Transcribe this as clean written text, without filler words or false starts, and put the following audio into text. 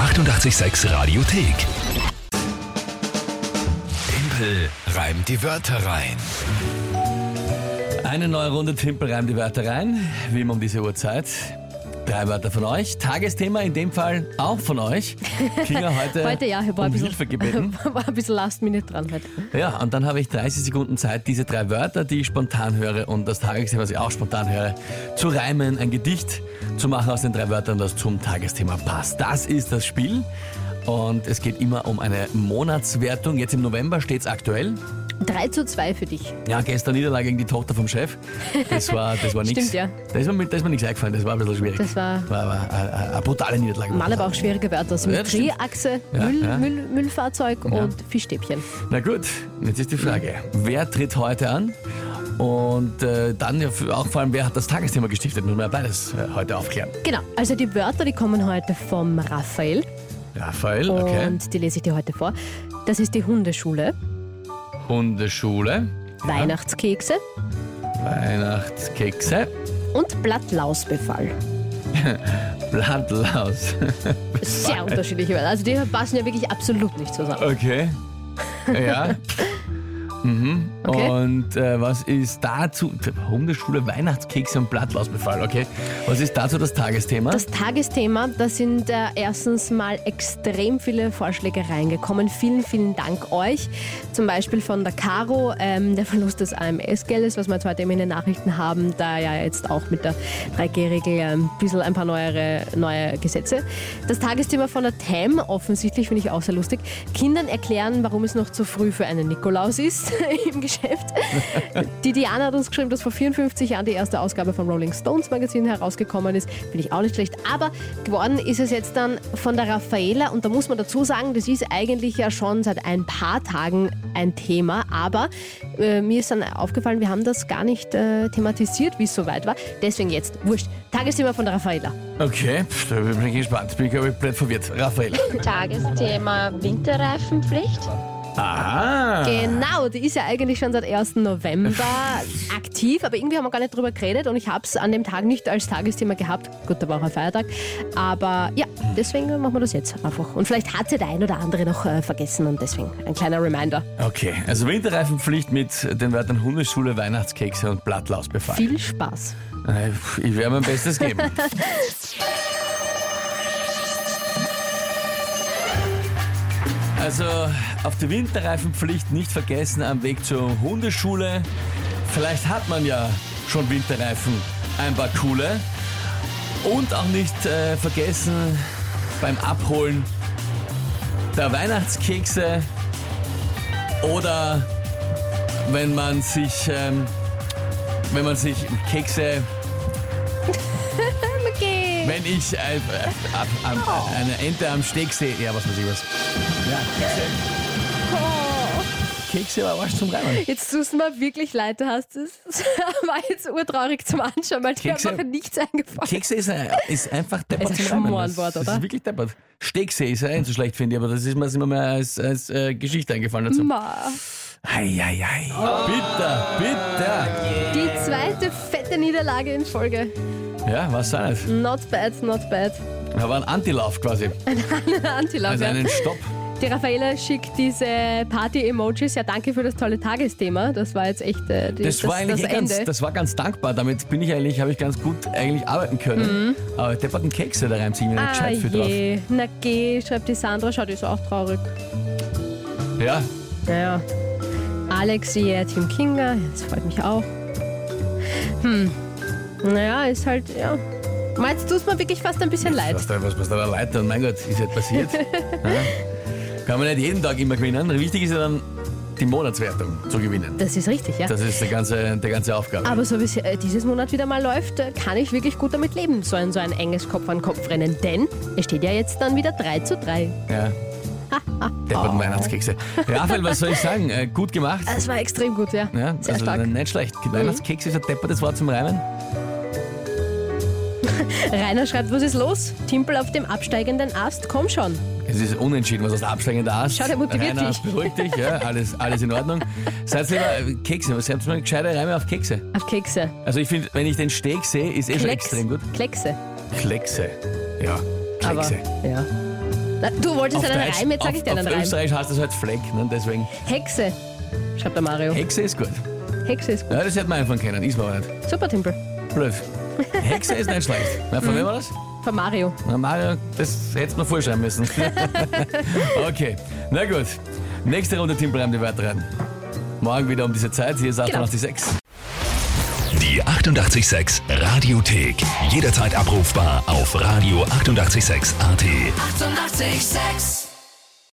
886 Radiothek. Tempel reimt die Wörter rein. Eine neue Runde Timpel reimt die Wörter rein, wie immer um diese Uhrzeit. 3 Wörter von euch. Tagesthema in dem Fall auch von euch. Kinga heute ja, ich war um ein bisschen, Hilfe gebeten. war ein bisschen Last Minute dran heute. Ja, und dann habe ich 30 Sekunden Zeit, diese 3 Wörter, die ich spontan höre und das Tagesthema, was ich auch spontan höre, zu reimen, ein Gedicht zu machen aus den 3 Wörtern, das zum Tagesthema passt. Das ist das Spiel und es geht immer um eine Monatswertung. Jetzt im November steht es aktuell. 3:2 für dich. Ja, gestern Niederlage gegen die Tochter vom Chef. Das war nichts. Stimmt, ja. Da ist mir nichts eingefallen, das war ein bisschen schwierig. Das war eine brutale Niederlage. mal aber auch schwierige Wörter. Symmetrieachse, Ja, Müllfahrzeug und Fischstäbchen. Na gut, jetzt ist die Frage, wer tritt heute an? Und dann ja auch vor allem, wer hat das Tagesthema gestiftet? Müssen wir ja beides heute aufklären. Genau, also die Wörter, die kommen heute vom Raphael. Raphael, okay. Und die lese ich dir heute vor. Das ist die Hundeschule. Hundeschule. Weihnachtskekse Weihnachtskekse. und Blattlausbefall. Blattlaus. Sehr unterschiedliche Wörter. Also die passen ja wirklich absolut nicht zusammen. Okay. Ja. Okay. Und was ist dazu? Hundeschule, Weihnachtskekse und Blattlausbefall, okay. Was ist dazu das Tagesthema? Das Tagesthema, da sind erstens mal extrem viele Vorschläge reingekommen. Vielen, vielen Dank euch. Zum Beispiel von der Caro, der Verlust des AMS-Geldes, was wir jetzt heute eben in den Nachrichten haben, da ja jetzt auch mit der 3G-Regel ein bisschen ein paar neue Gesetze. Das Tagesthema von der Tam, offensichtlich finde ich auch sehr lustig. Kindern erklären, warum es noch zu früh für einen Nikolaus ist im Geschäft. Die Diana hat uns geschrieben, dass vor 54 Jahren die erste Ausgabe vom Rolling Stones Magazin herausgekommen ist. Finde ich auch nicht schlecht. Aber geworden ist es jetzt dann von der Raffaela. Und da muss man dazu sagen, das ist eigentlich ja schon seit ein paar Tagen ein Thema. Aber mir ist dann aufgefallen, wir haben das gar nicht thematisiert, wie es soweit war. Deswegen jetzt, wurscht. Tagesthema von der Raffaela. Okay, da bin ich gespannt. Bin ich komplett verwirrt. Raphael. Tagesthema Winterreifenpflicht. Aha. Genau, die ist ja eigentlich schon seit 1. November aktiv, aber irgendwie haben wir gar nicht drüber geredet und ich habe es an dem Tag nicht als Tagesthema gehabt. Gut, da war auch ein Feiertag, aber ja, deswegen machen wir das jetzt einfach. Und vielleicht hat sie der ein oder andere noch vergessen und deswegen ein kleiner Reminder. Okay, also Winterreifenpflicht mit den Wörtern Hundeschule, Weihnachtskekse und Blattlausbefall. Viel Spaß. Ich werde mein Bestes geben. Also auf die Winterreifenpflicht nicht vergessen am Weg zur Hundeschule. Vielleicht hat man ja schon Winterreifen, ein paar coole. Und auch nicht vergessen beim Abholen der Weihnachtskekse oder wenn man sich Kekse... Okay. Wenn ich eine Ente am Steg sehe, ja, was weiß ich was. Ja, Kekse war was zum Reimen. Jetzt tust du mir wirklich leid, du hast es. War jetzt urtraurig zum Anschauen, weil dir einfach nichts eingefallen. Kekse ist einfach deppert Es ist zum schon Reimen. ein Wort, Das oder? ist wirklich deppert. Stegsee ist ja nicht so schlecht, finde ich, aber das ist mir immer mehr als Geschichte eingefallen dazu. Ma. Ei. Bitte. Die zweite fette Niederlage in Folge. Ja, was soll das? Not bad. Da war ein Antilauf quasi. Antilauf, Also ja. einen Stopp. Die Raffaela schickt diese Party-Emojis. Ja, danke für das tolle Tagesthema. Das war jetzt echt Das war eigentlich Ende. das war ganz dankbar. Damit habe ich ganz gut arbeiten können. Aber depperten Kekse, da reimt sich mir nicht gescheit viel drauf. je. Na geh, schreibt die Sandra. Schau, die ist auch traurig. Ja, Naja. Alex, yeah, Team Kinga. Das freut mich auch. Naja, ist halt, ja. Jetzt tut mir wirklich fast ein bisschen leid. was da leid tun. Mein Gott, ist halt passiert. Ja. Kann man nicht jeden Tag immer gewinnen. Wichtig ist ja dann, die Monatswertung zu gewinnen. Das ist richtig, ja. Das ist die ganze Aufgabe. Aber so wie es dieses Monat wieder mal läuft, kann ich wirklich gut damit leben, so ein enges Kopf-an-Kopf-Rennen. Denn es steht ja jetzt dann wieder 3:3. Ja. Depperten Weihnachtskekse. Raphael, was soll ich sagen? Gut gemacht. Es war extrem gut, ja. Ja, Sehr also stark. nicht schlecht. Weihnachtskekse ist ein deppertes Wort zum Reimen. Rainer schreibt, was ist los? Timpel auf dem absteigenden Ast, komm schon. Es ist unentschieden, was aus der absteigenden Ast. Schau, der motiviert Rainer, dich. beruhig dich, ja, alles in Ordnung. Seid lieber Kekse, was habt ihr mal gescheite Reime auf Kekse? Auf Kekse. Also ich finde, wenn ich den Steg sehe, ist schon extrem gut. Kleckse. Kleckse. Ja, Kleckse. Aber, ja. Na, du wolltest einen Reim, jetzt sag ich dir einen Auf Reim. Österreich heißt das halt Fleck, ne? Deswegen. Hexe, schreibt der Mario. Hexe ist gut. Hexe ist gut. Ja, das hätte man einfach kennen, ist man aber nicht. Super, Timpel. Blöd. Hexe ist nicht schlecht. Na, von wem war das? Von Mario. Na, Mario, das hättest du noch vorschreiben müssen. Okay, na gut. Nächste Runde Timpel reimt die Wörter rein. Morgen wieder um diese Zeit. Hier ist 88.6. Die 88.6 Radiothek. Jederzeit abrufbar auf radio886.at. 88.6. Eighty-eight, sex.